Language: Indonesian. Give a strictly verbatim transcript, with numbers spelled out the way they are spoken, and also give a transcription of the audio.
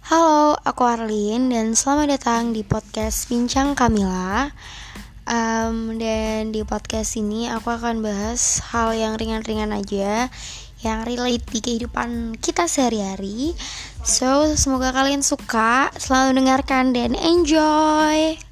Halo, aku Arlin dan selamat datang di podcast Bincang Kamila. Um, dan di podcast ini aku akan bahas hal yang ringan-ringan aja, yang relate di kehidupan kita sehari-hari. So, semoga kalian suka, selalu mendengarkan dan enjoy.